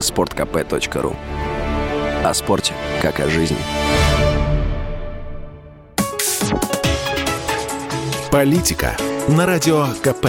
sportkp.ru. О спорте, как о жизни. Политика на Радио КП.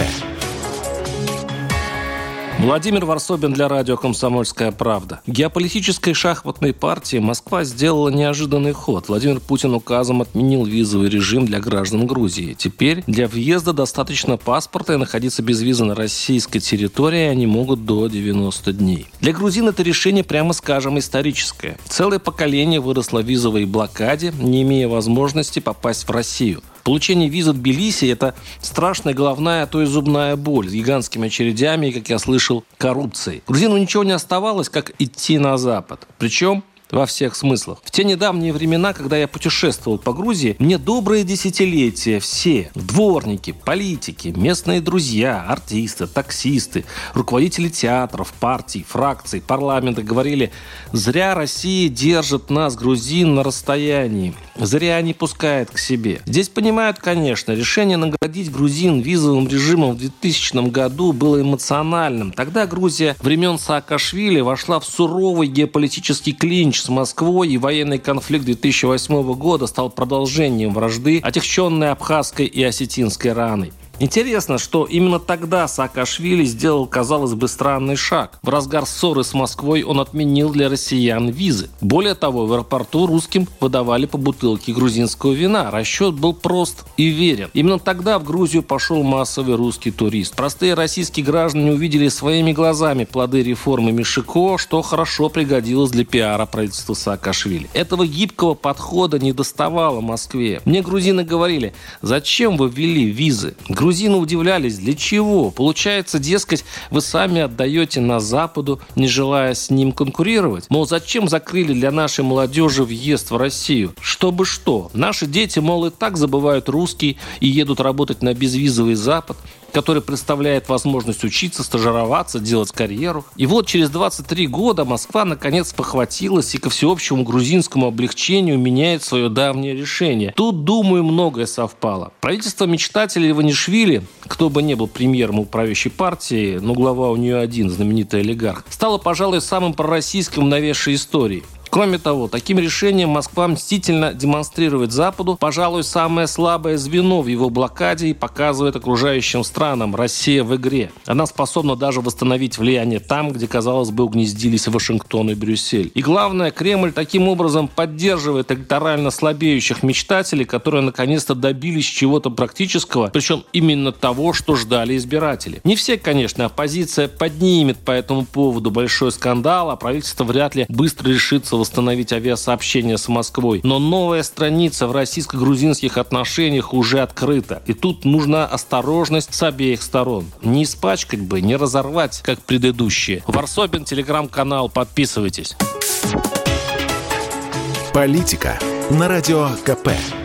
Владимир Варсобин для радио «Комсомольская правда». Геополитической шахматной партии Москва сделала неожиданный ход. Владимир Путин указом отменил визовый режим для граждан Грузии. Теперь для въезда достаточно паспорта, и находиться без визы на российской территории они могут до 90 дней. Для грузин это решение, прямо скажем, историческое. Целое поколение выросло в визовой блокаде, не имея возможности попасть в Россию. Получение визы в Тбилиси – это страшная головная, а то и зубная боль с гигантскими очередями и, как я слышал, коррупцией. Грузину ничего не оставалось, как идти на Запад. Причем во всех смыслах. В те недавние времена, когда я путешествовал по Грузии, мне добрые десятилетия все – дворники, политики, местные друзья, артисты, таксисты, руководители театров, партий, фракций, парламента говорили: зря Россия держит нас, грузин, на расстоянии. Зря не пускает к себе. Здесь понимают, конечно, решение наградить грузин визовым режимом в 2000 году было эмоциональным. Тогда Грузия времен Саакашвили вошла в суровый геополитический клинч с Москвой, и военный конфликт 2008 года стал продолжением вражды, отягченной абхазской и осетинской раной. Интересно, что именно тогда Саакашвили сделал, казалось бы, странный шаг. В разгар ссоры с Москвой он отменил для россиян визы. Более того, в аэропорту русским выдавали по бутылке грузинского вина. Расчет был прост и верен. Именно тогда в Грузию пошел массовый русский турист. Простые российские граждане увидели своими глазами плоды реформы Мишико, что хорошо пригодилось для пиара правительства Саакашвили. Этого гибкого подхода не доставало Москве. Мне грузины говорили: зачем вы ввели визы? Грузины удивлялись, для чего? Получается, дескать, вы сами отдаете на Западу, не желая с ним конкурировать. Мол, зачем закрыли для нашей молодежи въезд в Россию? Чтобы что? Наши дети, мол, и так забывают русский и едут работать на безвизовый Запад, который представляет возможность учиться, стажироваться, делать карьеру. И вот через 23 года Москва наконец похватилась и ко всеобщему грузинскому облегчению меняет свое давнее решение. Тут, думаю, многое совпало. Правительство мечтателей Иванишвили, кто бы ни был премьером у правящей партии, но глава у нее один, знаменитый олигарх, стало, пожалуй, самым пророссийским в новейшей истории. Кроме того, таким решением Москва мстительно демонстрирует Западу, пожалуй, самое слабое звено в его блокаде и показывает окружающим странам: Россия в игре. Она способна даже восстановить влияние там, где, казалось бы, угнездились Вашингтон и Брюссель. И главное, Кремль таким образом поддерживает электорально слабеющих мечтателей, которые наконец-то добились чего-то практического, причем именно того, что ждали избиратели. Не все, конечно, оппозиция поднимет по этому поводу большой скандал, а правительство вряд ли быстро решится восстановить авиасообщение с Москвой. Но новая страница в российско-грузинских отношениях уже открыта. И тут нужна осторожность с обеих сторон. Не испачкать бы, не разорвать, как предыдущие. Варсобин, телеграм-канал, подписывайтесь. Политика на Радио КП.